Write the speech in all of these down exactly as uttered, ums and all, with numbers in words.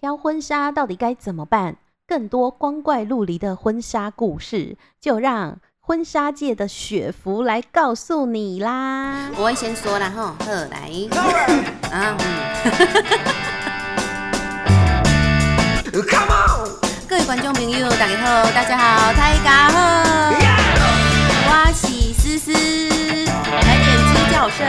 挑婚纱到底该怎么办？更多光怪陆离的婚纱故事，就让婚纱界的雪芙来告诉你啦。 我会先说啦吼，好来啊，嗯，Come on！ 各位观众朋友，大家好，大家好，大家好， yeah! 我是思思，来点鸡叫声。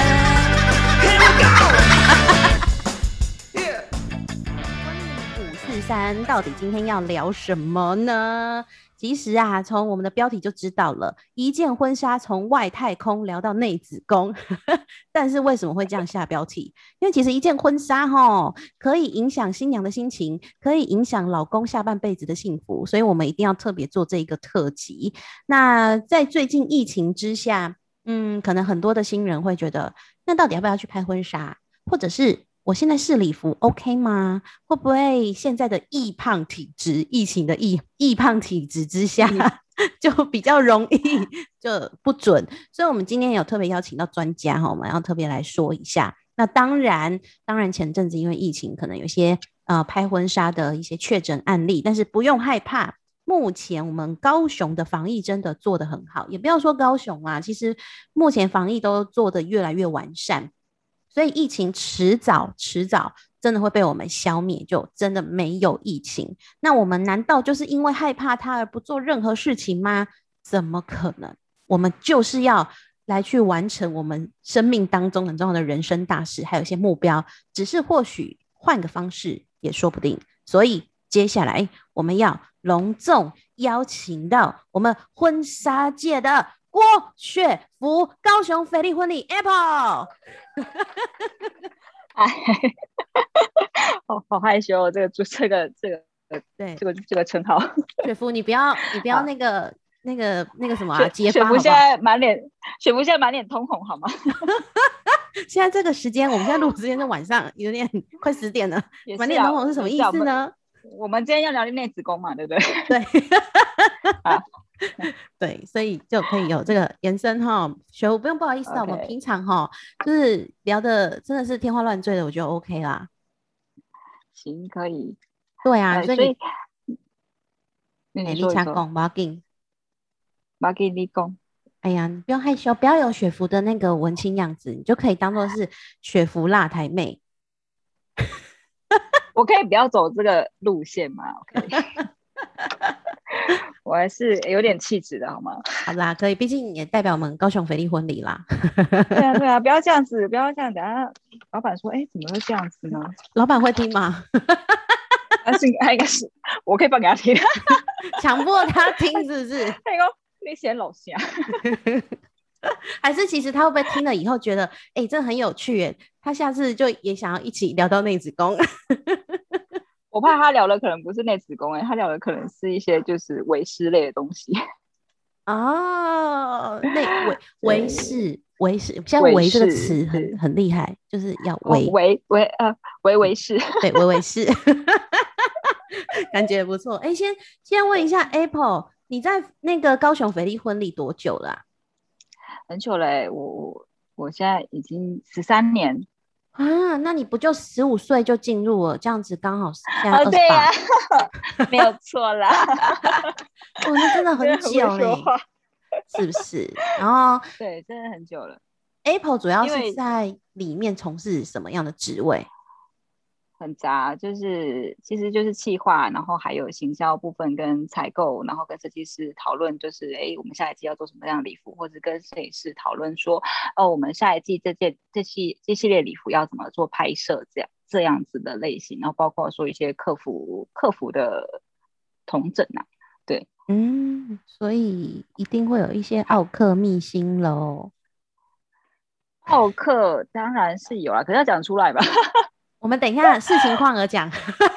五四三到底今天要聊什么呢？其实啊，从我们的标题就知道了，一件婚纱从外太空聊到内子宫。但是为什么会这样下标题？因为其实一件婚纱齁，可以影响新娘的心情，可以影响老公下半辈子的幸福，所以我们一定要特别做这一个特辑。那在最近疫情之下，嗯，可能很多的新人会觉得，那到底要不要去拍婚纱，或者是我现在试礼服 OK 吗？会不会现在的易胖体质，疫情的易易胖体质之下就比较容易就不准？所以我们今天有特别邀请到专家，我们要特别来说一下。那当然当然前阵子因为疫情可能有些呃拍婚纱的一些确诊案例，但是不用害怕，目前我们高雄的防疫真的做得很好，也不要说高雄啊，其实目前防疫都做得越来越完善，所以疫情迟早迟早真的会被我们消灭，就真的没有疫情。那我们难道就是因为害怕它而不做任何事情吗？怎么可能？我们就是要来去完成我们生命当中很重要的人生大事，还有一些目标，只是或许换个方式也说不定。所以接下来我们要隆重邀请到我们婚纱界的郭雪芙，高雄菲力婚礼 Apple。 哎，好好害羞哦，这个这个这个对这个这个称号。 雪芙，你不要你不要那个那个那个什么啊，结巴好不好？ 雪芙现在满脸，雪芙现在满脸通红，好吗？ 现在这个时间，我们现在录时间是晚上，有点快十点了，满脸通红是什么意思呢？ 我们今天要聊内子宫嘛，对不对？ 对。啊对，所以就可以有这个延伸哈。雪芙不用不好意思啊， okay. 我们平常哈就是聊的真的是天花乱坠的，我觉得 OK 啦。 行，可以。 对啊，所以你哎，你讲讲，不要紧， 不要紧，你讲。 哎呀，你不要害羞，不要有雪芙的那个文青样子，你就可以当做是雪芙辣台妹。 我可以不要走这个路线吗？可以。我还是有点气质的好吗？ 好啦，可以，毕竟也代表我们高雄菲力婚礼啦。 对啊对啊，不要这样子，不要这样，等下老板说，哎、欸，怎么会这样子呢？ 老板会听吗？ 他是他应该是，我可以放给他听， 强迫他听是不是？ 他说你嫌老乡， 还是其实他会不会听了以后觉得，哎、欸，这很有趣耶，他下次就也想要一起聊到内子宫。 我怕他聊的可能不是内子宫，他聊的可能是一些就是维师类的东西。 哦，那维维氏维氏，现在维这个词很很厉害，就是要维维维呃维维氏， 对维维氏，感觉不错。哎、欸，先先问一下 Apple， 你在那个高雄菲力婚礼多久了、啊？ 很久了、欸，我我我现在已經十三年。 啊，那你不就十五岁就进入了，这样子刚好现在二十八， 对呀、啊，没有错啦。 哇，那真的很久嘞、欸，是不是？然后对，真的很久了。 Apple 主要是在里面从事什么样的职位？ 很杂，就是其实就是企划，然后还有行销部分跟采购，然后跟设计师讨论，就是哎，我们下一季要做什么样的礼服，或者跟摄影师讨论说，哦，我们下一季这件这系这系列礼服要怎么做拍摄，这样这样子的类型，然后包括说一些客服客服的统整啊，对， 嗯，所以一定会有一些奥客秘辛喽。 奥客当然是有啦，可是要讲出来吧。 我们等一下视情况而讲。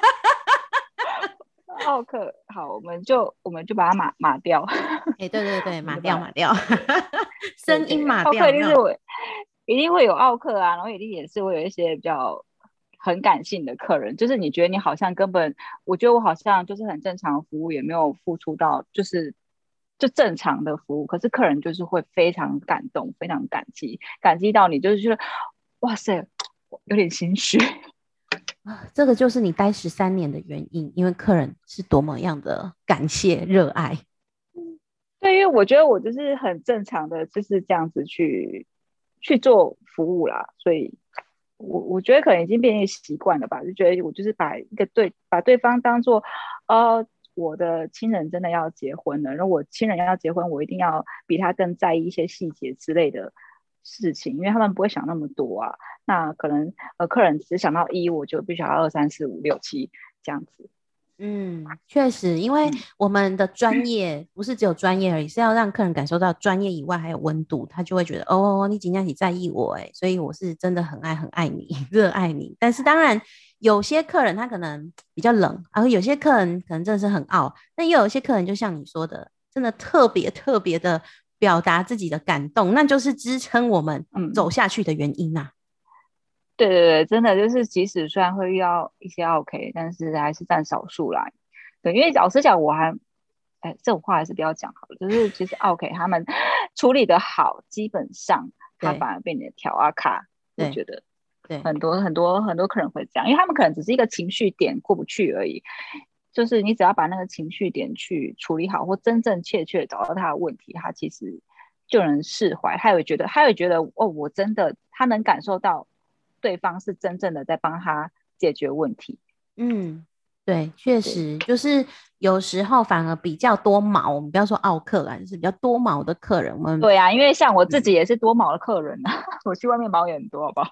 奥客好，我们就我们就把它码码掉。 哎、欸，对对对，码掉码掉，声音码掉。 奥客一定是我一定会有奥客啊，然后一定也是会有一些比较很感性的客人，就是你觉得你好像根本，我觉得我好像就是很正常的服务，也没有付出到就是就正常的服务，可是客人就是会非常感动，非常感激，感激到你就是觉得哇塞，有点心虚。 这个就是你待十三年的原因，因为客人是多么样的感谢热爱。 对，因为我觉得我就是很正常的就是这样子去去做服务啦，所以我我觉得可能已经变成习惯了吧，就觉得我就是把一个对把对方当做呃我的亲人真的要结婚了，然后我亲人要结婚，我一定要比他更在意一些细节之类的事情，因为他们不会想那么多啊。那可能呃客人只想到一，我就必须要二三四五六七这样子。 嗯，确实，因为我们的专业不是只有专业而已，是要让客人感受到专业以外还有温度，他就会觉得哦，你尽量你在意我哎，所以我是真的很爱很爱你，热爱你。但是当然，有些客人他可能比较冷，然后有些客人可能真的是很傲，那又有一些客人就像你说的，真的特别特别的表达自己的感动，那就是支撑我们走下去的原因啊。 嗯对对对，真的就是，即使虽然会遇到一些 OK， 但是还是占少数啦。对，因为老实讲，我还，哎，这种话还是不要讲好了。就是其实 OK 他们处理的好，基本上他反而被你的调啊卡，我觉得对很多很多很多客人会这样，因为他们可能只是一个情绪点过不去而已。就是你只要把那个情绪点去处理好，或真正切切找到他的问题，他其实就能释怀。他也觉得，他也觉得哦，我真的，他能感受到。对方是真正的在帮他解决问题。 嗯，对，确实就是有时候反而比较多毛，我们不要说傲客啦，就是比较多毛的客人。我们对啊，因为像我自己也是多毛的客人啊，我去外面毛也很多，好不好？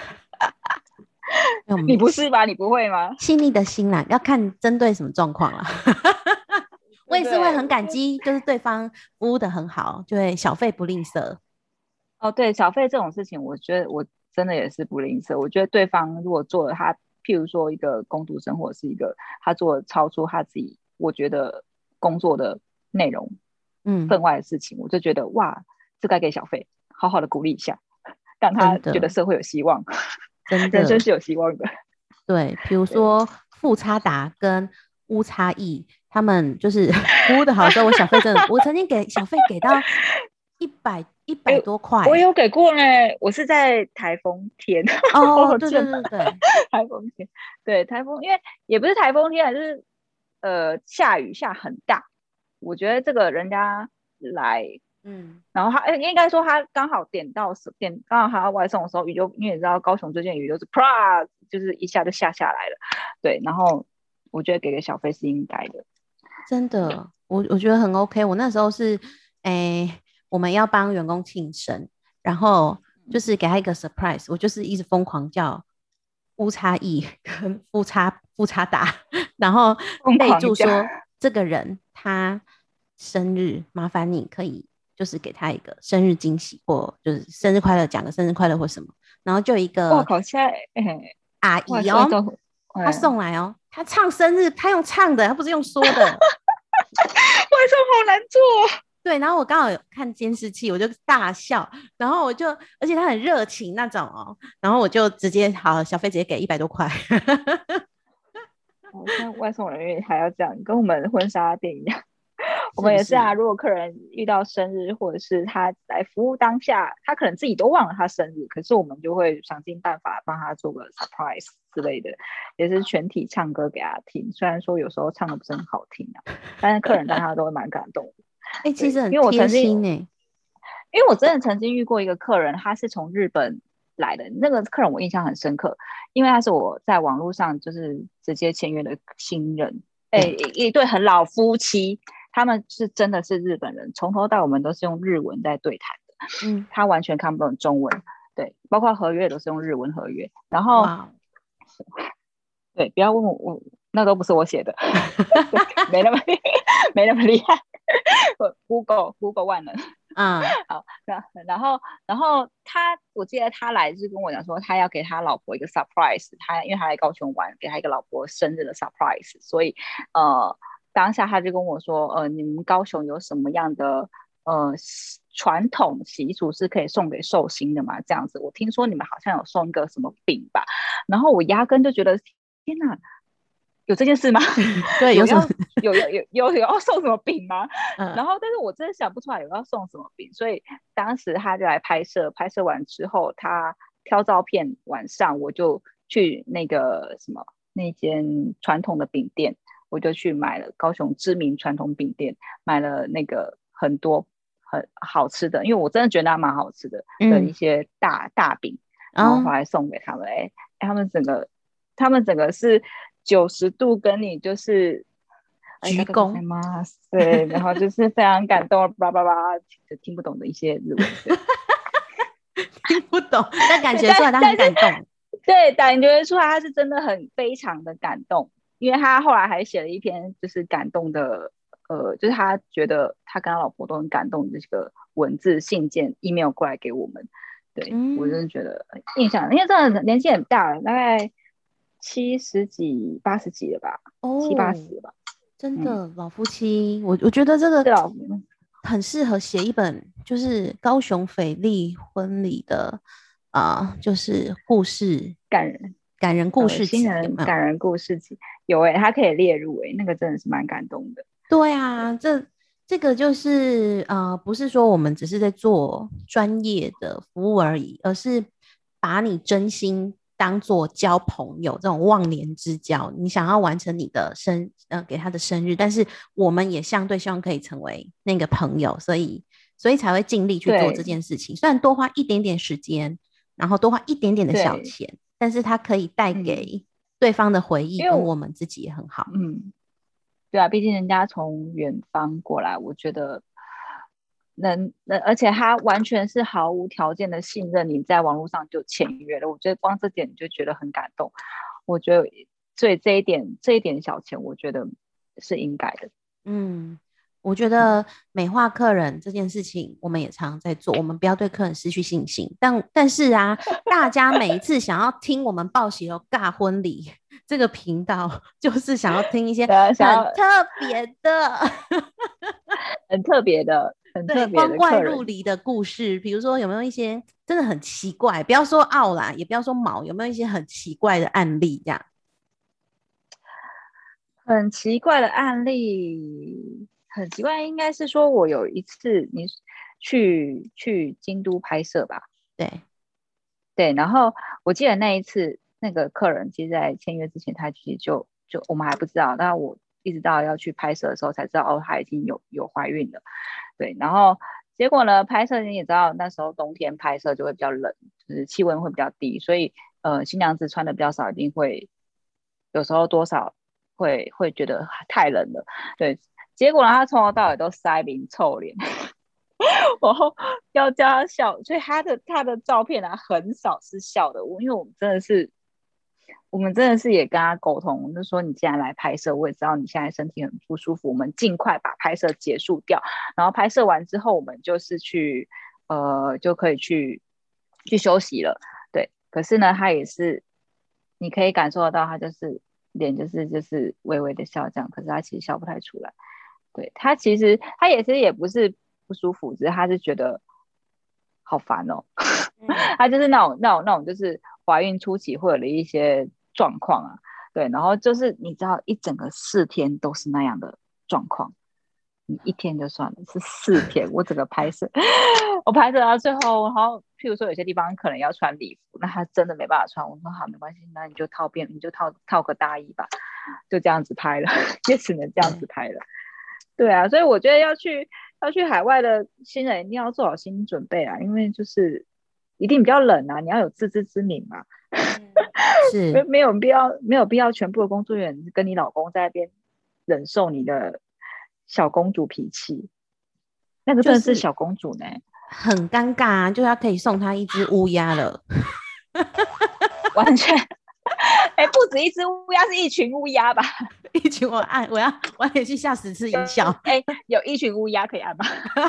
你不是吧？你不会吗？ 细腻的心啦，要看针对什么状况啦。我也是会很感激，就是对方服务的很好，就会小费不吝啬。 哦，对，小费这种事情，我觉得我真的也是不吝啬。我觉得对方如果做了他，譬如说一个工读生，或者是一个他做超出他自己我觉得工作的内容，嗯，分外的事情，我就觉得哇，这该给小费，好好的鼓励一下，让他觉得社会有希望，真的人生是有希望的。 对，比如说富差达跟乌差异，他们就是服务的好的时候，我小费真的，我曾经给小费给到一百。一百多块、欸， 我有给过呢。我是在台风天哦，对对对对， 台风天，对台风，因为也不是台风天，就是呃下雨下很大。我觉得这个人家来，嗯，然后他应该说他刚好点到点，刚好他要外送的时候，雨就因为你知道高雄最近雨就是啪，就是一下就下下来了，对，然后我觉得给个小费是应该的， 真的，我我觉得很 OK。我那时候是，哎。我们要帮员工庆生，然后就是给他一个 surprise， 我就是一直疯狂叫乌差异跟富差富差达，然后备注说这个人他生日，麻烦你可以就是给他一个生日惊喜，或就是生日快乐，讲个生日快乐或什么，然后就一个哇靠，现在阿姨哦，他送来哦，他唱生日，他用唱的，他不是用说的，外送好难做。 对，然后我刚好有看监视器，我就大笑，然后我就，而且他很热情那种哦，然后我就直接好小费直接给一百多块。 我看外送人员还要这样，跟我们婚纱店一样，我们也是啊。如果客人遇到生日，或者是他来服务当下，他可能自己都忘了他生日，可是我们就会想尽办法帮他做个 surprise 之类的，也是全体唱歌给他听。虽然说有时候唱的不是很好听啊，但是客人当他都会蛮感动的。 哎、欸，其实很贴心哎、欸， 因为我真的曾经遇过一个客人，他是从日本来的，那个客人我印象很深刻，因为他是我在网络上就是直接签约的新人，哎、欸，一对很老夫妻，他们是真的是日本人，从头到尾我们都是用日文在对谈的，嗯，他完全看不懂中文，对，包括合约都是用日文合约，然后，wow. 对，不要问我，我那都不是我写的，没那么没那么厉害。Google Google 万能，嗯，好，然后然后他，我记得他来是跟我讲说，他要给他老婆一个 surprise， 他因为他来高雄玩，给他一个老婆生日的 surprise， 所以呃，当下他就跟我说，呃，你们高雄有什么样的呃传统习俗是可以送给寿星的吗？这样子，我听说你们好像有送一个什么饼吧，然后我压根就觉得，天哪！有这件事吗？ 对，有什么有有有有有要送什么饼吗？嗯、然后，但是我真的想不出来有要送什么饼，所以当时他就来拍摄，拍摄完之后，他挑照片，晚上我就去那个什么那间传统的饼店，我就去买了高雄知名传统饼店，买了那个很多很好吃的，因为我真的觉得它蛮好吃的、嗯、的一些大大饼，然后回来送给他们。哎、嗯，他们整个他们整个是九十度跟你就是鞠躬， 对，然后就是非常感动，叭叭叭，就听不懂的一些日文， 听不懂，但感觉出来他很感动。 对，感觉出来他是真的很非常的感动，因为他后来还写了一篇就是感动的，呃，就是他觉得他跟他老婆都很感动的这个文字信件 email 过来给我们。对、嗯、我真的觉得印象，因为真的年纪很大了，大概七十几八十几了吧，哦、七八十了吧。 真的、嗯、老夫妻，我我觉得这个很适合写一本，就是高雄斐莉婚礼的啊、呃，就是故事感人感人故事集， 新人感人故事集有哎、欸，它可以列入哎、欸，那个真的是蛮感动的。 对啊，这这个就是呃，不是说我们只是在做专业的服务而已，而是把你真心当做交朋友，这种忘年之交，你想要完成你的生呃给他的生日，但是我们也相对希望可以成为那个朋友，所以所以才会尽力去做这件事情。虽然多花一点点时间，然后多花一点点的小钱，但是它可以带给对方的回忆，跟我们自己也很好。 嗯，对啊，毕竟人家从远方过来，我觉得。能，而且他完全是毫无条件的信任你，在网络上就签约了。我觉得光这点你就觉得很感动。我觉得，所以这一点，这一点小钱，我觉得是应该的。 嗯，我觉得美化客人这件事情，我们也常常在做。我们不要对客人失去信心，但但是啊，大家每一次想要听我们报喜的尬婚礼这个频道，就是想要听一些很特别的、 很特别的。很特别的光怪陆离的故事，比如说有没有一些真的很奇怪，不要说傲啦，也不要说毛，有没有一些很奇怪的案例这样？ 很奇怪的案例，很奇怪，应该是说我有一次你去去京都拍摄吧？ 对对，然后我记得那一次那个客人其实在签约之前，他其实就就我们还不知道，但我一直到要去拍摄的时候才知道，哦，他已经有有怀孕了。对，然后结果呢，拍摄你也知道，那时候冬天拍摄就会比较冷，就是气温会比较低，所以呃，新娘子穿的比较少，一定会有时候多少会会觉得太冷了。对，结果呢，他从头到尾都塞名臭脸，然后要叫他笑，所以他的他的照片啊，很少是笑的。我因为我们真的是。我们真的是也跟他沟通，我就说你既然来拍摄，我也知道你现在身体很不舒服，我们尽快把拍摄结束掉，然后拍摄完之后，我们就是去呃就可以去去休息了。对，可是呢，他也是你可以感受得到，他就是脸就是就是微微的笑这样，可是他其实笑不太出来。对，他其实他也是也不是不舒服，只是他是觉得好烦哦，嗯、他就是那种那种那种就是怀孕初期会有的一些状况啊，对，然后就是你知道一整个四天都是那样的状况，你一天就算了，是四天，我整个拍摄，我拍摄到最后，然后譬如说有些地方可能要穿礼服，那他真的没办法穿，我说好没关系，那你就套便，你就套套个大衣吧，就这样子拍了，也只能这样子拍了。对啊，所以我觉得要去要去海外的新人一定要做好心理准备啊，因为就是一定比较冷啊，你要有自知之明嘛。是没有必要没有必要全部的工作人员跟你老公在那边忍受你的小公主脾气，那个真的是小公主呢，就是、 很尴尬啊，就要可以送他一只乌鸦了， 完全，哎、欸，不止一只乌鸦，是一群乌鸦吧？ 一群我按，我要我要去下十次音效， 哎、欸，有一群乌鸦可以按吗？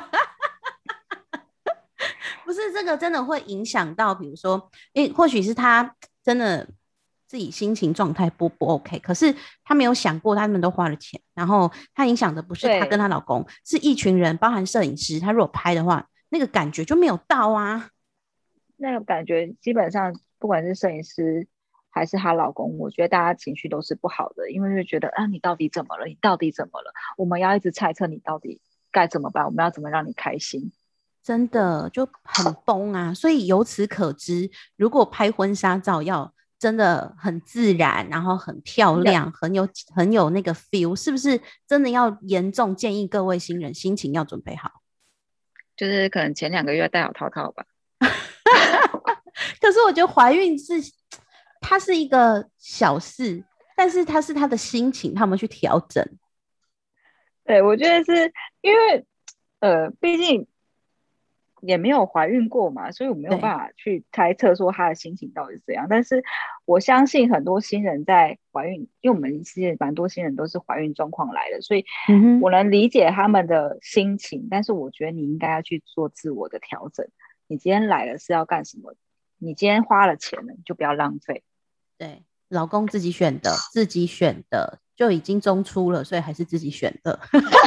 不是，这个真的会影响到，比如说，欸、或许是他真的自己心情状态不不 OK， 可是他没有想过他们都花了钱，然后他影响的不是他跟她老公，是一群人，包含摄影师，他如果拍的话，那个感觉就没有到啊。 那个感觉基本上不管是摄影师还是她老公，我觉得大家情绪都是不好的，因为就觉得啊，你到底怎么了？你到底怎么了？我们要一直猜测你到底该怎么办，我们要怎么让你开心。 真的就很崩啊，所以由此可知，如果拍婚纱照要真的很自然，然后很漂亮，很有很有那个 feel， 是不是真的要严重建议各位新人心情要准备好？ 就是可能前两个月戴好套套吧。 可是我觉得怀孕是它是一个小事，但是它是他的心情，他们去调整。 对，我觉得是因为呃，毕竟也没有怀孕过嘛，所以我没有办法去猜测说他的心情到底是怎样。但是我相信很多新人在怀孕，因为我们其实蛮多新人都是怀孕状况来的，所以我能理解他们的心情。嗯、但是我觉得你应该要去做自我的调整。你今天来了是要干什么？你今天花了钱了，你就不要浪费。 对，老公自己选的，自己选的就已经中出了，所以还是自己选的。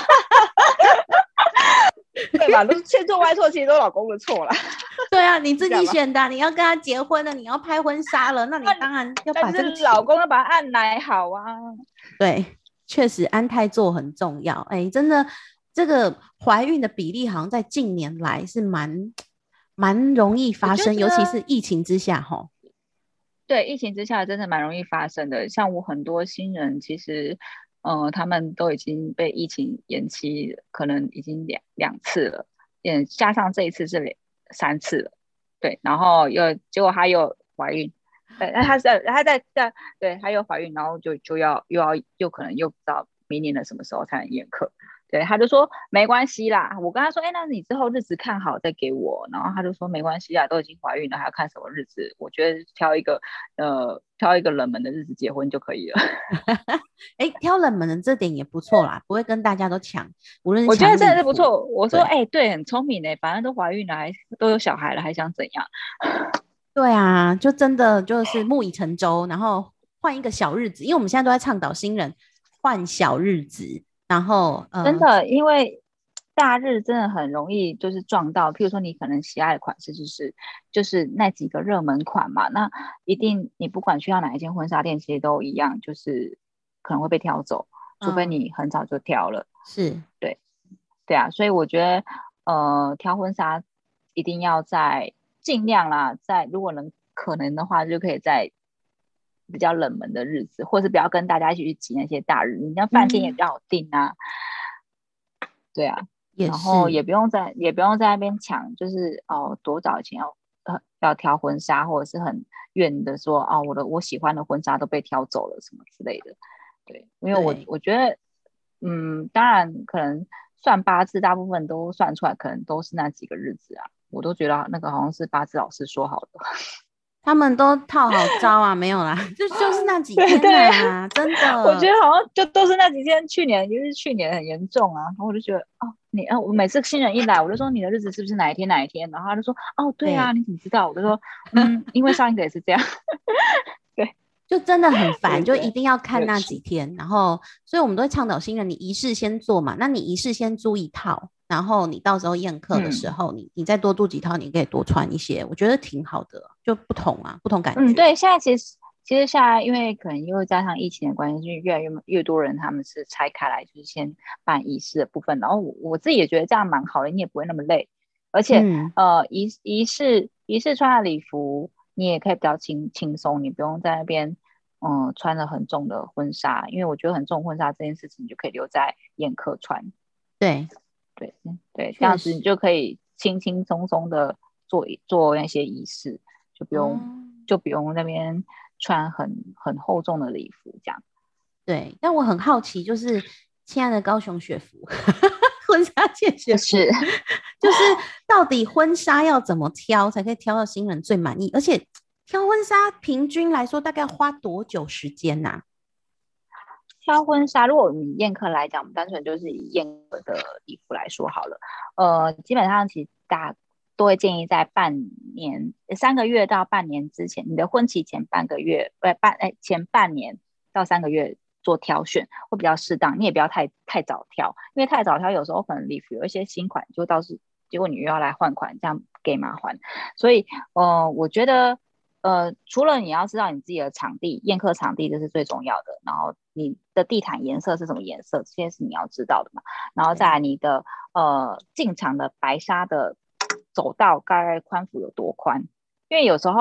对吧？都是千错万错，其实都是老公的错啦。 对啊，你自己选的，你要跟他结婚了，你要拍婚纱了，那你当然要把这个老公要把他按奶好啊。 对，确实安胎座很重要。哎、欸，真的，这个怀孕的比例好像在近年来是蛮蛮容易发生，尤其是疫情之下齁。 对，疫情之下真的蛮容易发生的。像我很多新人，其实。呃，他们都已经被疫情延期，可能已经两两次了，嗯，加上这一次是三次了，对，然后又结果她又怀孕，对，那她在她在在对，她又怀孕，然后就就要又要又可能又不知道明年的什么时候才能验课，对，他就说没关系啦，我跟他说，哎，那你之后日子看好再给我，然后他就说没关系啦，都已经怀孕了，还要看什么日子？我觉得挑一个呃挑一个冷门的日子结婚就可以了。 哎、欸，挑冷门的这点也不错啦，不会跟大家都抢。无论是我觉得真的是不错。我说，哎、欸，对，很聪明哎，反正都怀孕了，还都有小孩了，还想怎样？ 对啊，就真的就是木已成舟，然后换一个小日子，因为我们现在都在倡导新人换小日子，然后、呃、 真的，因为大日真的很容易就是撞到，譬如说你可能喜爱的款式就是就是那几个热门款嘛，那一定你不管去到哪一间婚纱店，其实都一样，就是可能会被挑走，除非你很早就挑了。 嗯、是， 对，对啊，所以我觉得呃，挑婚纱一定要在尽量啦，在如果能可能的话，就可以在比较冷门的日子，或是不要跟大家一起去挤那些大日，你那饭店也比较好订啊。嗯、对啊。然后也不用在也不用在那边抢，就是哦多早以前要呃要挑婚纱，或者是很怨的说哦我的我喜欢的婚纱都被挑走了什么之类的。对，因为我我觉得嗯，当然可能算八字，大部分都算出来，可能都是那几个日子啊。我都觉得那个好像是八字老师说好的。 他们都套好招啊，没有啦，就就是那几天啊，真的。 我觉得好像就都是那几天，去年就是去年很严重啊，然后我就觉得哦，你啊，我每次新人一来，我就说你的日子是不是哪一天哪一天，然后他就说哦，对啊，你怎么知道？我就说嗯，因为上一个也是这样。对， 就真的很烦，就一定要看那几天，然后所以我们都会倡导新人，你仪式先做嘛，那你仪式先租一套。然后你到时候宴客的时候，嗯、你你再多租几套，你可以多穿一些，我觉得挺好的，就不同啊，不同感觉。 嗯，对，现在其实其实现在因为可能又加上疫情的关系，就越来越越多人他们是拆开来，就是先办仪式的部分。然后我我自己也觉得这样蛮好的，你也不会那么累，而且、嗯、呃仪仪式仪式穿的礼服，你也可以比较轻轻松，你不用在那边嗯穿了很重的婚纱，因为我觉得很重婚纱这件事情，你就可以留在宴客穿。 对。 对对，这样子你就可以轻轻松松的做做那些仪式，就不用、嗯、就不用那边穿很很厚重的礼服这样。 对，但我很好奇，就是亲爱的高雄雪芙，婚纱界雪芙， 是就是到底婚纱要怎么挑才可以挑到新人最满意？而且挑婚纱平均来说大概要花多久时间啊？ 挑婚纱，如果你宴客来讲，我们单纯就是以宴客的礼服来说好了。呃，基本上其实大家都会建议在半年、三个月到半年之前，你的婚期前半个月，呃，半哎前半年到三个月做挑选会比较适当。你也不要太太早挑，因为太早挑有时候可能礼服有一些新款，就倒是结果你又要来换款，这样给麻烦。所以，呃，我觉得。呃，除了你要知道你自己的场地，宴客场地这是最重要的，然后你的地毯颜色是什么颜色，这些是你要知道的嘛。然后再来你的呃进场的白纱的走道大概宽幅有多宽，因为有时候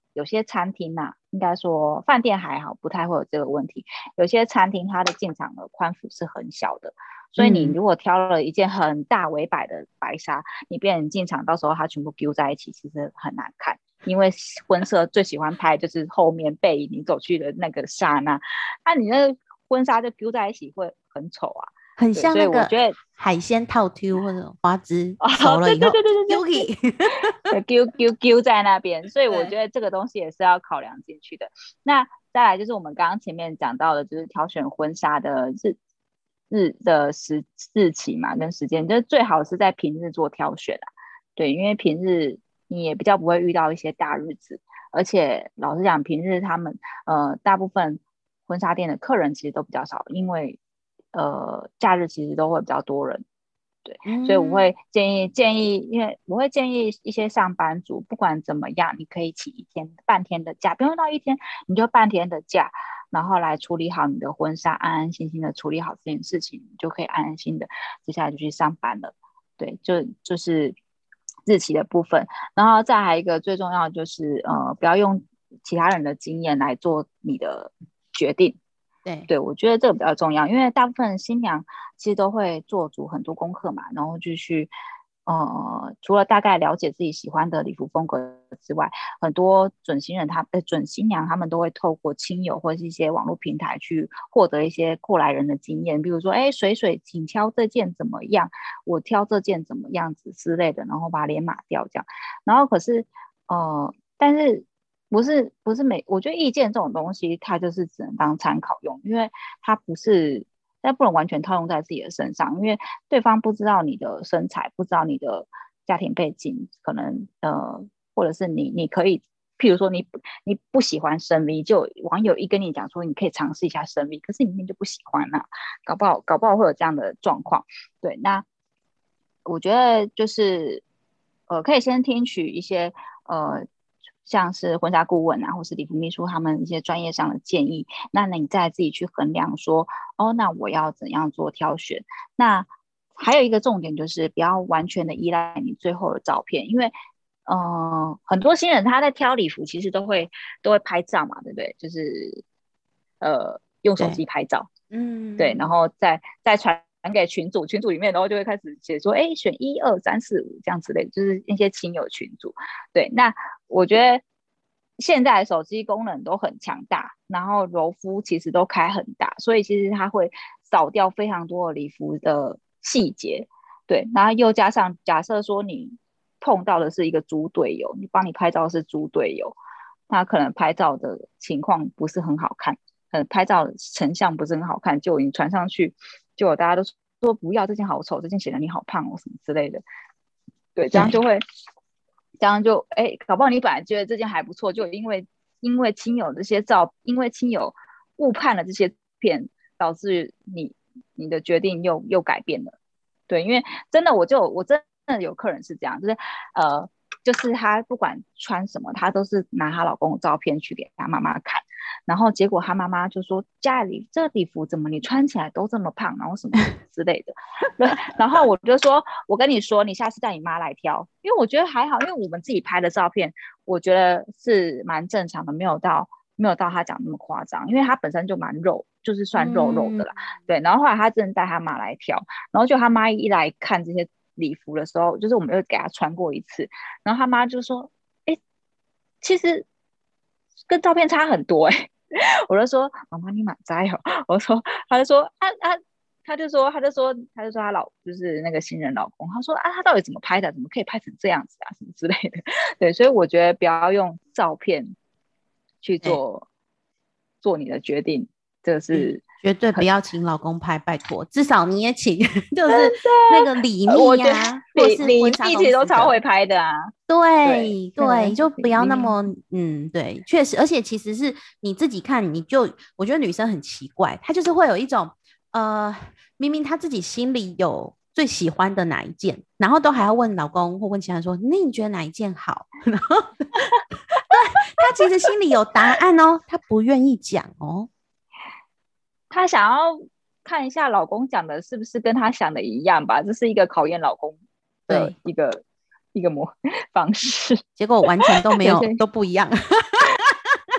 有些餐厅啊，应该说饭店还好，不太会有这个问题。有些餐厅它的进场的宽幅是很小的，所以你如果挑了一件很大围摆的白纱，你别人进场到时候它全部丢在一起，其实很难看。因为婚摄最喜欢拍就是后面背影你走去的那个刹那，那你那个婚纱就丢在一起会很丑啊， 很像那个我觉得海鲜套 Q 或者花枝熟了以后， 对对对对对对，丢丢丢在那边，所以我觉得这个东西也是要考量进去的。那再来就是我们刚刚前面讲到的，就是挑选婚纱的日日的时日期嘛，跟时间，就是最好是在平日做挑选啊。对，因为平日你也比较不会遇到一些大日子，而且老实讲，平日他们呃大部分婚纱店的客人其实都比较少，因为呃假日其实都会比较多人。对，嗯、所以我会建议建议，因为我会建议一些上班族，不管怎么样，你可以请一天半天的假，不用到一天，你就半天的假，然后来处理好你的婚纱，安安心心的处理好这件事情，你就可以安安心的接下来就去上班了。对，就就是日期的部分，然后再来一个最重要的就是呃，不要用其他人的经验来做你的决定。 对对，我觉得这个比较重要，因为大部分新娘其实都会做足很多功课嘛，然后就去呃，除了大概了解自己喜欢的礼服风格之外，很多准新人他呃准新娘他们都会透过亲友或是一些网络平台去获得一些过来人的经验，比如说哎水水请挑这件怎么样，我挑这件怎么样子之类的，然后把脸码掉这样，然后可是呃但是不是不是每，我觉得意见这种东西它就是只能当参考用，因为它不是，但不能完全套用在自己的身上，因为对方不知道你的身材，不知道你的家庭背景，可能呃或者是你你可以譬如说你你不喜欢深 V， 就网友一跟你讲说你可以尝试一下深 V， 可是你就不喜欢啊，搞不好搞不好会有这样的状况。对，那我觉得就是呃可以先听取一些呃像是婚纱顾问啊，或是礼服秘书他们一些专业上的建议，那你再自己去衡量说，哦，那我要怎样做挑选。那还有一个重点就是不要完全的依赖你最后的照片，因为呃很多新人他在挑礼服其实都会都会拍照嘛，对不对？就是呃用手机拍照，嗯，对，然后再再传传给群组，群组里面然后就会开始写说，哎，选一二三四五这样之类的，就是一些亲友群组。对，那我觉得现在手机功能都很强大，然后柔肤其实都开很大，所以其实它会扫掉非常多的礼服的细节。对，然后又加上假设说你碰到的是一个猪队友，你帮你拍照的是猪队友，他可能拍照的情况不是很好看，可能拍照的成像不是很好看，就你传上去，就有大家都说不要，这件好丑，这件显得你好胖哦什么之类的。对，这样就会这样就哎，搞不好你本来觉得这件还不错，就因为因为亲友这些照，因为亲友误判了这些片，导致你你的决定又又改变了。对，因为真的我就我真的有客人是这样，就是呃就是她不管穿什么，她都是拿她老公的照片去给她妈妈看，然后结果她妈妈就说家里这礼服怎么你穿起来都这么胖，然后什么之类的。对，然后我就说我跟你说你下次带你妈来挑，因为我觉得还好，因为我们自己拍的照片我觉得是蛮正常的，没有到没有到她讲那么夸张，因为她本身就蛮肉，就是算肉肉的啦、嗯、对，然后后来她真的带她妈来挑，然后就她妈一来看这些礼服的时候，就是我们又给她穿过一次，然后她妈就说哎，其实跟照片差很多哎、欸，我就说妈妈你满栽哦，我说她就说啊啊他就说，他就说，他就说他老就是那个新人老公，他说啊，他到底怎么拍的？怎么可以拍成这样子啊？什么之类的。对，所以我觉得不要用照片去做做你的决定，这个是、 嗯、绝对不要请老公拍，拜托，至少你也请，就是那个李密呀、啊，或是李密其实都超会拍的啊。 对 对, 对，就不要那么嗯，对，确实，而且其实是你自己看，你就我觉得女生很奇怪，她就是会有一种。呃，明明她自己心里有最喜欢的哪一件，然后都还要问老公或问其他人说，那你觉得哪一件好？然后对，她其实心里有答案哦，她不愿意讲哦， 她想要看一下老公讲的是不是跟她想的一样吧，这是一个考验老公的一个一个模方式， 结果完全都没有都不一样。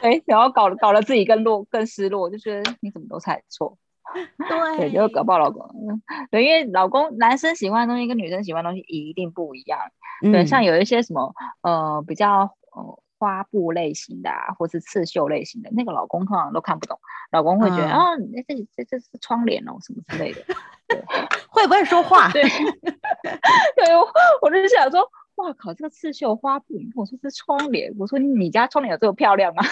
对，然后搞了搞了自己更落更失落，就觉得你怎么都猜错。 对对，就搞不好老公，对，因为老公男生喜欢的东西跟女生喜欢的东西一定不一样。对， 嗯像有一些什么呃比较呃花布类型的啊，或是刺绣类型的，那个老公通常都看不懂，老公会觉得嗯啊，那这这这是窗帘哦什么之类的。对， 会不会说话？ 对，对我我就想说，哇靠，这个刺绣花布，你跟我说是窗帘，我说你家窗帘有这么漂亮吗？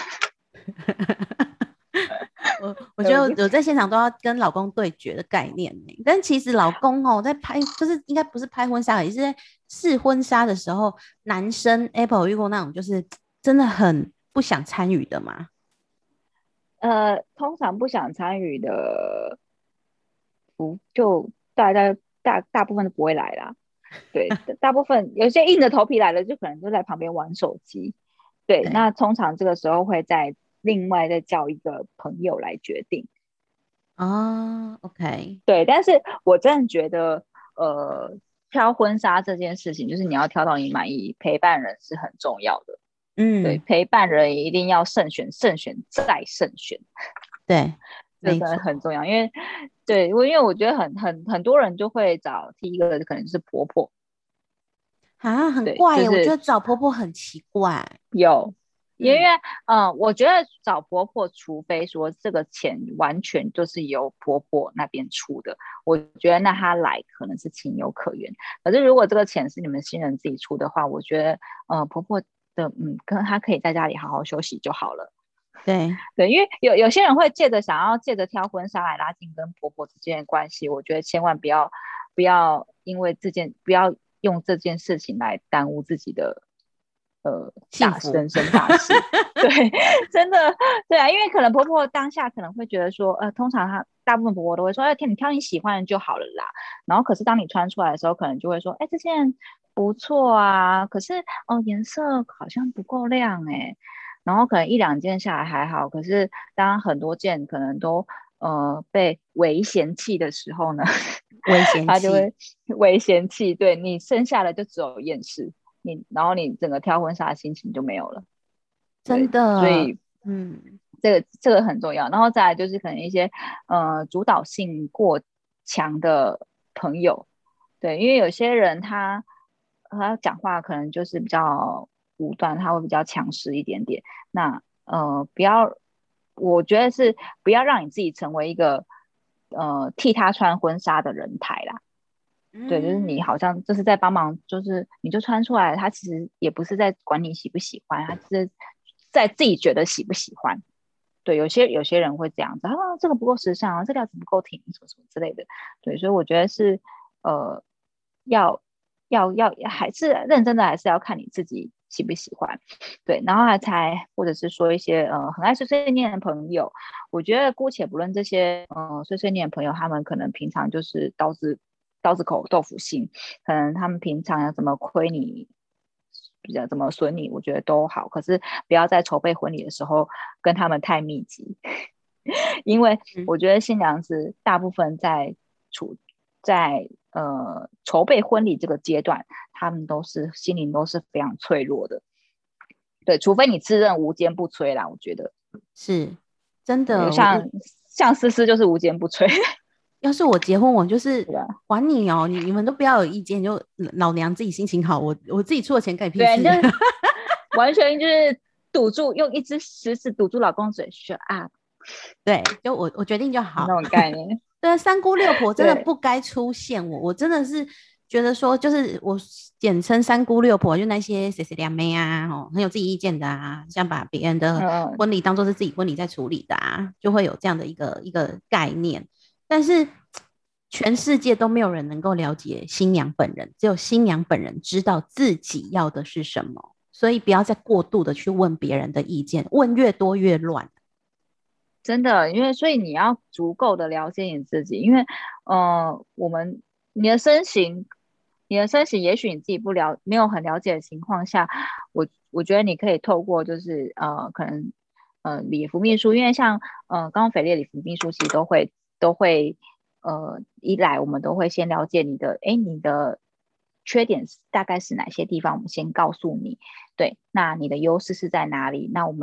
我我觉得我在现场都要跟老公对决的概念呢，但其实老公哦，在拍就是应该不是拍婚纱，也是在试婚纱的时候，男生 Apple 遇过那种就是真的很不想参与的吗？ 呃，通常不想参与的，不就大家大大部分都不会来啦。对，大部分有些硬着头皮来了，就可能就在旁边玩手机。对， 对那通常这个时候会再另外再叫一个朋友来决定。 哦，OK， 对，但是我真的觉得，呃，挑婚纱这件事情，就是你要挑到你满意，陪伴人是很重要的。对， 嗯， 陪伴人一定要慎选，慎选再慎选。 对， 这真的没错很重要，因为对我，因为我觉得很很很多人就会找第一个可能就是婆婆。 啊，很对， 怪耶， 就是我觉得找婆婆很奇怪。 有，因为嗯嗯，我觉得找婆婆，除非说这个钱完全就是由婆婆那边出的，我觉得那她来可能是情有可原。可是如果这个钱是你们新人自己出的话，我觉得呃婆婆的嗯，跟她可以在家里好好休息就好了。 对， 对，因为有有些人会借着想要借着挑婚纱来拉近跟婆婆之间的关系，我觉得千万不要不要因为这件不要用这件事情来耽误自己的呃大幸福人生大事。对，真的对啊，因为可能婆婆当下可能会觉得说，呃，通常她大部分婆婆都会说，哎，你挑你喜欢的就好了啦。然后可是当你穿出来的时候，可能就会说，哎，这件不错啊，可是哦颜色好像不够亮哎、欸。然后可能一两件下来还好，可是当很多件可能都呃被微嫌弃的时候呢， 危险他就会期， 微嫌弃，对，你剩下的就只有厌世，你然后你整个挑婚纱的心情就没有了。 真对，所的， 以嗯， 这个这个很重要。然后再来就是可能一些呃主导性过强的朋友。对，因为有些人他他讲话可能就是比较武断，他会比较强势一点点。那呃，不要，我觉得是不要让你自己成为一个呃替他穿婚纱的人台啦。对，就是你好嗯， 像就是在帮忙，就是你就穿出来，他其实也不是在管你喜不喜欢，他是在自己觉得喜不喜欢。对，有些有些人会这样子啊，这个不够时尚啊，这料子不够挺，什么什么之类的。对，所以我觉得是呃，要要要还是认真的，还是要看你自己喜不喜欢。对，然后还才或者是说一些呃很爱碎碎念的朋友，我觉得姑且不论这些呃碎碎念的朋友，他们可能平常就是刀子刀子口豆腐心，可能他们平常要怎么亏你。比较怎么损你，我觉得都好，可是不要在筹备婚礼的时候跟他们太密集，因为我觉得新娘子大部分在处在呃筹备婚礼这个阶段，他们都是心灵都是非常脆弱的。对，除非你自认无坚不摧啦，我觉得是真的。 像我像思思就是无坚不摧。 要是我结婚，我就是对吧？ 管你哦，你你们都不要有意见，就老娘自己心情好，我我自己出的钱干你屁对， 事。 就完全就是堵住，用一只食指堵住老公嘴，shut up， 对，就我我决定就好。 那种概念。 对，三姑六婆真的对， 不该出现我，我真的是觉得说，就是我简称三姑六婆，就那些谁谁两妹啊，哦，很有自己意见的啊，像把别人的嗯， 婚礼当做是自己婚礼在处理的啊，就会有这样的一个一个概念。但是全世界都没有人能够了解新娘本人，只有新娘本人知道自己要的是什么，所以不要再过度的去问别人的意见，问越多越乱。 真的，因为所以你要足够的了解你自己，因为呃，我们你的身形，你的身形，也许你自己不了，没有很了解的情况下，我我觉得你可以透过就是呃，可能呃礼服秘书，因为像呃刚刚斐烈礼服秘书其实都会都会呃一来我们都会先了解你的，哎，你的缺点大概是哪些地方，我们先告诉你，对，那你的优势是在哪里？那我们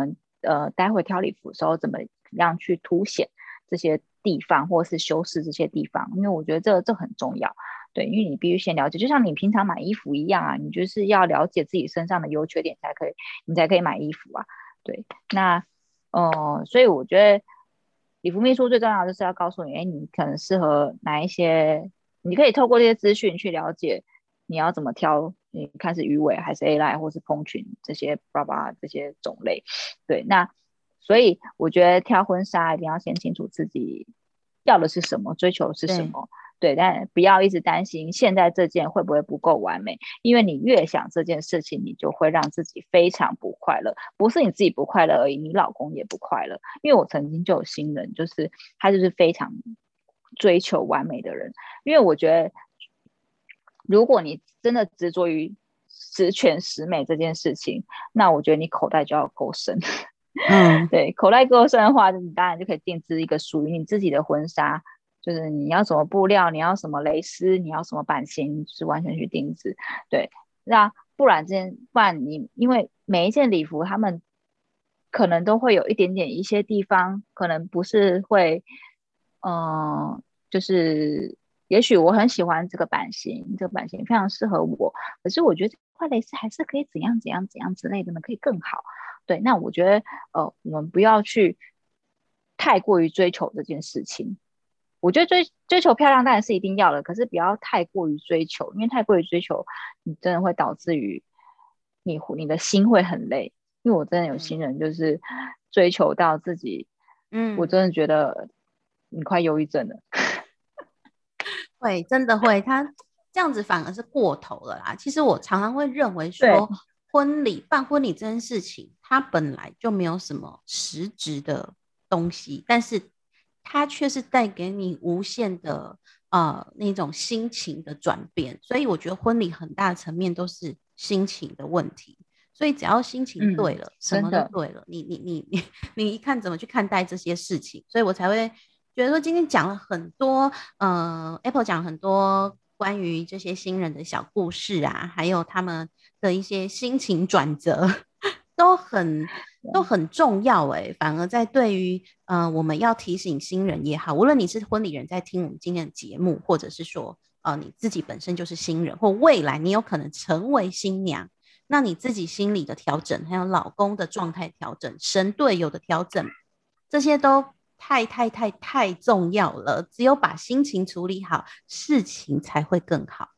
呃待会挑礼服的时候怎么样去凸显这些地方，或是修饰这些地方，因为我觉得这这很重要。对，因为你必须先了解，就像你平常买衣服一样啊，你就是要了解自己身上的优缺点才可以，你才可以买衣服啊。对，那呃，所以我觉得礼服秘书最重要的就是要告诉你，哎，你可能适合哪一些，你可以透过这些资讯去了解你要怎么挑，你看是鱼尾还是 A line 或是蓬裙这些 bra bra 这些种类。对，那所以我觉得挑婚纱一定要先清楚自己要的是什么，追求的是什么。对，但不要一直担心现在这件会不会不够完美，因为你越想这件事情，你就会让自己非常不快乐。不是你自己不快乐而已，你老公也不快乐。因为我曾经就有新人，就是他就是非常追求完美的人。因为我觉得，如果你真的执着于十全十美这件事情，那我觉得你口袋就要够深。嗯，对，口袋够深的话，你当然就可以定制一个属于你自己的婚纱。就是你要什么布料，你要什么蕾丝，你要什么版型，就是完全去定制。对，那不然这件，不然你因为每一件礼服，他们可能都会有一点点一些地方，可能不是会，嗯、呃，就是也许我很喜欢这个版型，这个版型非常适合我，可是我觉得这块蕾丝还是可以怎样怎样怎样之类的呢，可以更好。对，那我觉得呃，我们不要去太过于追求这件事情。我觉得追追求漂亮当然是一定要的，可是不要太过于追求，因为太过于追求，你真的会导致于你你的心会很累。因为我真的有新人就是追求到自己，嗯，我真的觉得你快忧郁症了。 会，真的会，他这样子反而是过头了啦。其实我常常会认为说，婚礼办婚礼这件事情，它本来就没有什么实质的东西，但是它却是带给你无限的呃那种心情的转变，所以我觉得婚礼很大的层面都是心情的问题。所以只要心情对了，嗯、什么都对了。你你你你你一看怎么去看待这些事情，所以我才会觉得说今天讲了很多，呃 ，Apple 讲很多关于这些新人的小故事啊，还有他们的一些心情转折，都很。都很重要哎、欸，反而在对于呃我们要提醒新人也好，无论你是婚礼人在听我们今天的节目，或者是说呃你自己本身就是新人，或未来你有可能成为新娘，那你自己心理的调整，还有老公的状态调整，神队友的调整，这些都太太太太重要了。只有把心情处理好，事情才会更好。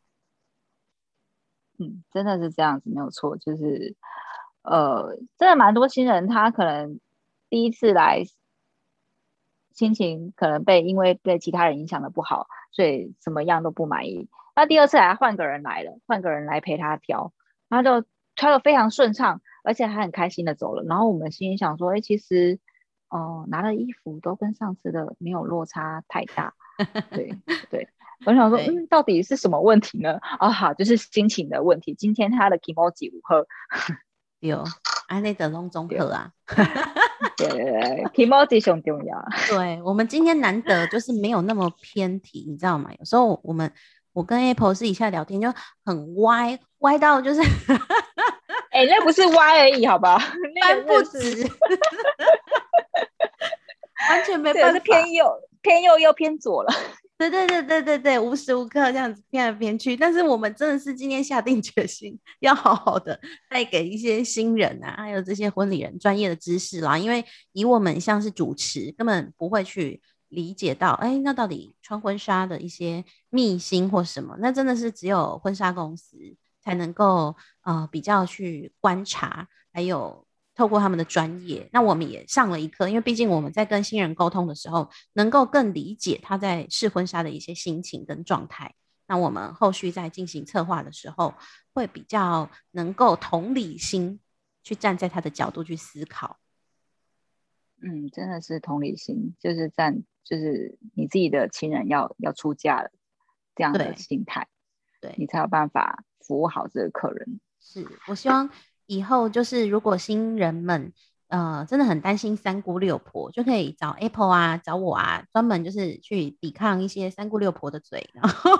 嗯，真的是这样子，没有错，就是。呃，真的蛮多新人，他可能第一次来，心情可能被因为被其他人影响的不好，所以怎么样都不满意。那第二次来换个人来了，换个人来陪他挑，他就挑得非常顺畅，而且还很开心的走了。然后我们心里想说，哎，其实，哦、呃，拿的衣服都跟上次的没有落差太大，对对。我想说，嗯，到底是什么问题呢？哦，好，就是心情的问题。今天他的 kimoji 如何？ 有，安内德隆综合啊， 对对对 ，kimoji 很重要。 对，我们今天难得就是没有那么偏题，你知道吗？有时候我们我跟 Apple 私底下聊天就很歪，歪到就是， 哎、欸，那不是歪而已，好不好？ 那不止，完全没办法， 是偏右，偏右又偏左了。 对对对对对对，无时无刻这样子偏来偏去，但是我们真的是今天下定决心，要好好的带给一些新人啊，还有这些婚礼人专业的知识啦。因为以我们像是主持，根本不会去理解到，哎，那到底穿婚纱的一些秘辛或什么，那真的是只有婚纱公司才能够呃比较去观察，还有。透过他们的专业，那我们也上了一课，因为毕竟我们在跟新人沟通的时候，能够更理解他在试婚纱的一些心情跟状态。那我们后续在进行策划的时候，会比较能够同理心去站在他的角度去思考。 嗯，真的是同理心，就是站，就是你自己的亲人要要出嫁了这样的心态， 对， 你才有办法服务好这个客人。 是我希望。以后就是如果新人们呃真的很担心三姑六婆，就可以找 Apple 啊，找我啊，专门就是去抵抗一些三姑六婆的嘴，然后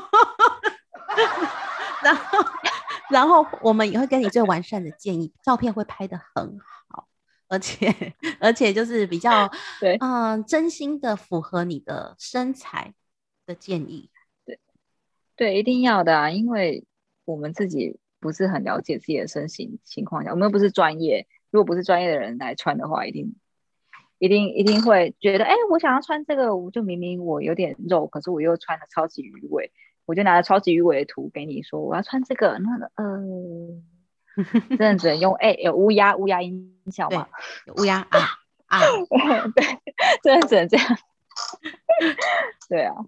然后然后我们也会给你最完善的建议，照片会拍得很好， 而且而且就是比较对， 嗯、呃真心的符合你的身材的建议。 对对，一定要的啊，因为我们自己不是很了解自己的身形情况下，我们又不是专业，如果不是专业的人来穿的话，一定一定一定会觉得，哎，我想要穿这个，我就明明我有点肉，可是我又穿了超级鱼尾，我就拿了超级鱼尾的图给你说我要穿这个，那呃，真的只能用哎有乌鸦乌鸦音效吗？ 对，乌鸦啊啊， 对，真的只能这样。对啊。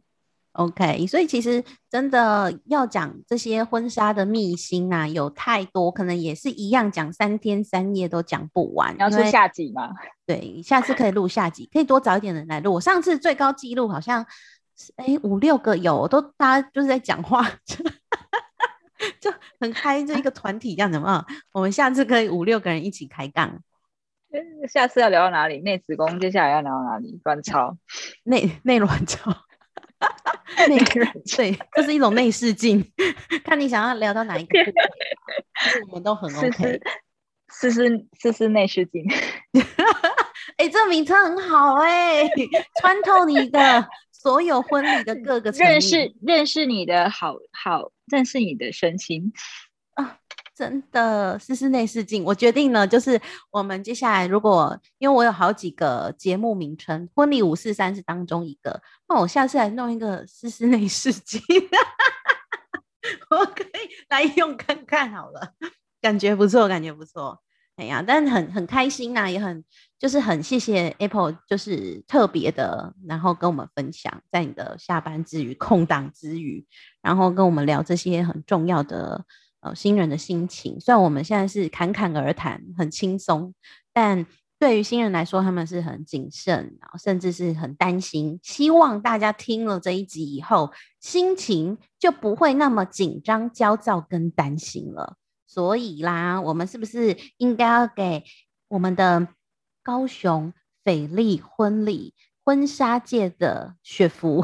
OK，所以其实真的要讲这些婚纱的秘辛啊，有太多，可能也是一样讲三天三夜都讲不完。 你要出下集吗？ 对，下次可以录下集，可以多找一点人来录。我上次最高纪录好像，哎，五六个有，都大家就是在讲话，就很开，就一个团体这样子嘛。我们下次可以五六个人一起开杠。 下次要聊到哪里？内子宫，接下来要聊到哪里？卵巢， 内内卵巢。内对，这是一种内视镜，看你想要聊到哪一个部分，我们都很 OK。 思思思思内视镜， 哎、欸，这名称很好哎、欸，穿透你的所有婚礼的各个层面， 认识认识你的好好，认识你的身心啊。真的，思思内视镜，我决定了，就是我们接下来如果因为我有好几个节目名称，婚礼五四三是当中一个，那我下次来弄一个思思内视镜，我可以来用看看好了，感觉不错，感觉不错。哎呀，但很很开心啊，也很就是很谢谢 Apple， 就是特别的，然后跟我们分享，在你的下班之余、空档之余，然后跟我们聊这些很重要的。呃，新人的心情，虽然我们现在是侃侃而谈，很轻松，但对于新人来说，他们是很谨慎，然后甚至是很担心。希望大家听了这一集以后，心情就不会那么紧张、焦躁跟担心了。所以啦，我们是不是应该要给我们的高雄斐丽婚礼婚纱界的雪芙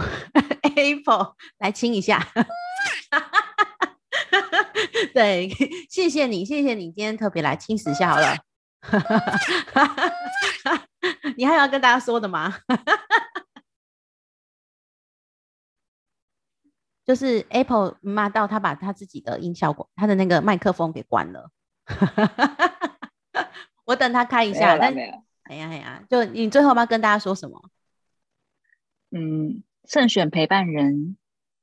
Apple 来亲一下？对，谢谢你，谢谢你今天特别来亲十下好了。你还有要跟大家说的吗？就是 Apple 骂到他把他自己的音效关，他的那个麦克风给关了。我等他开一下。但哎呀哎呀，就你最后要不要跟大家说什么？ 嗯，慎选陪伴人，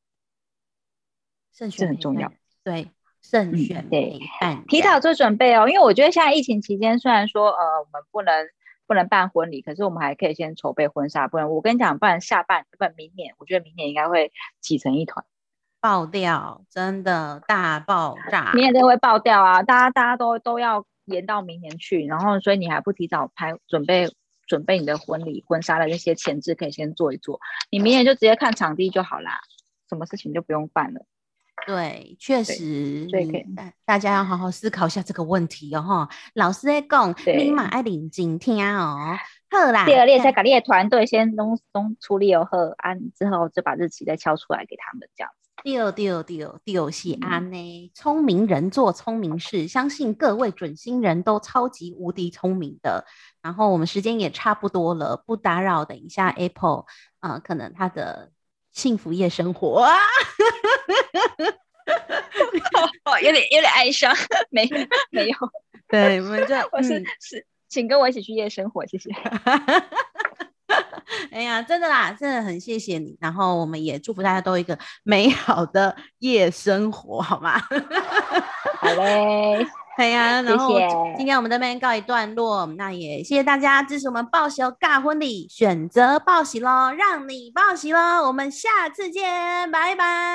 慎选这很重要。 对。慎选陪伴、嗯、 提早做准备哦，因为我觉得现在疫情期间，虽然说呃我们不能不能办婚礼，可是我们还可以先筹备婚纱。不然我跟你讲，不然下半不然明年，我觉得明年应该会挤成一团， 爆掉，真的大爆炸， 明年真的会爆掉啊！大家大家都都要延到明年去，然后所以你还不提早拍准备准备你的婚礼婚纱的那些前置，可以先做一做，你明年就直接看场地就好啦，什么事情就不用办了。 对，确实，大家要好好思考一下这个问题哦。哈，老师在讲，你嘛爱认真听哦。好啦， 第二列再把你的团队先弄弄处理哦，好，安之后就把日期再敲出来给他们，这样子。 对对对对，是安呢。聪明人做聪明事，相信各位准新人都超级无敌聪明的。然后我们时间也差不多了，不打扰，等一下 Apple， 呃，可能他的幸福夜生活啊。 哦，有点有点哀伤，没没有， 对，我们就我是、嗯、是，请跟我一起去夜生活，谢谢。 哎呀，真的啦，真的很谢谢你，然后我们也祝福大家都有一个美好的夜生活，好吗？ 好嘞。 对呀、啊，然后今天我们这边告一段落，那也谢谢大家支持我们报喜尬婚礼，选择报喜咯，让你报喜咯，我们下次见，拜拜。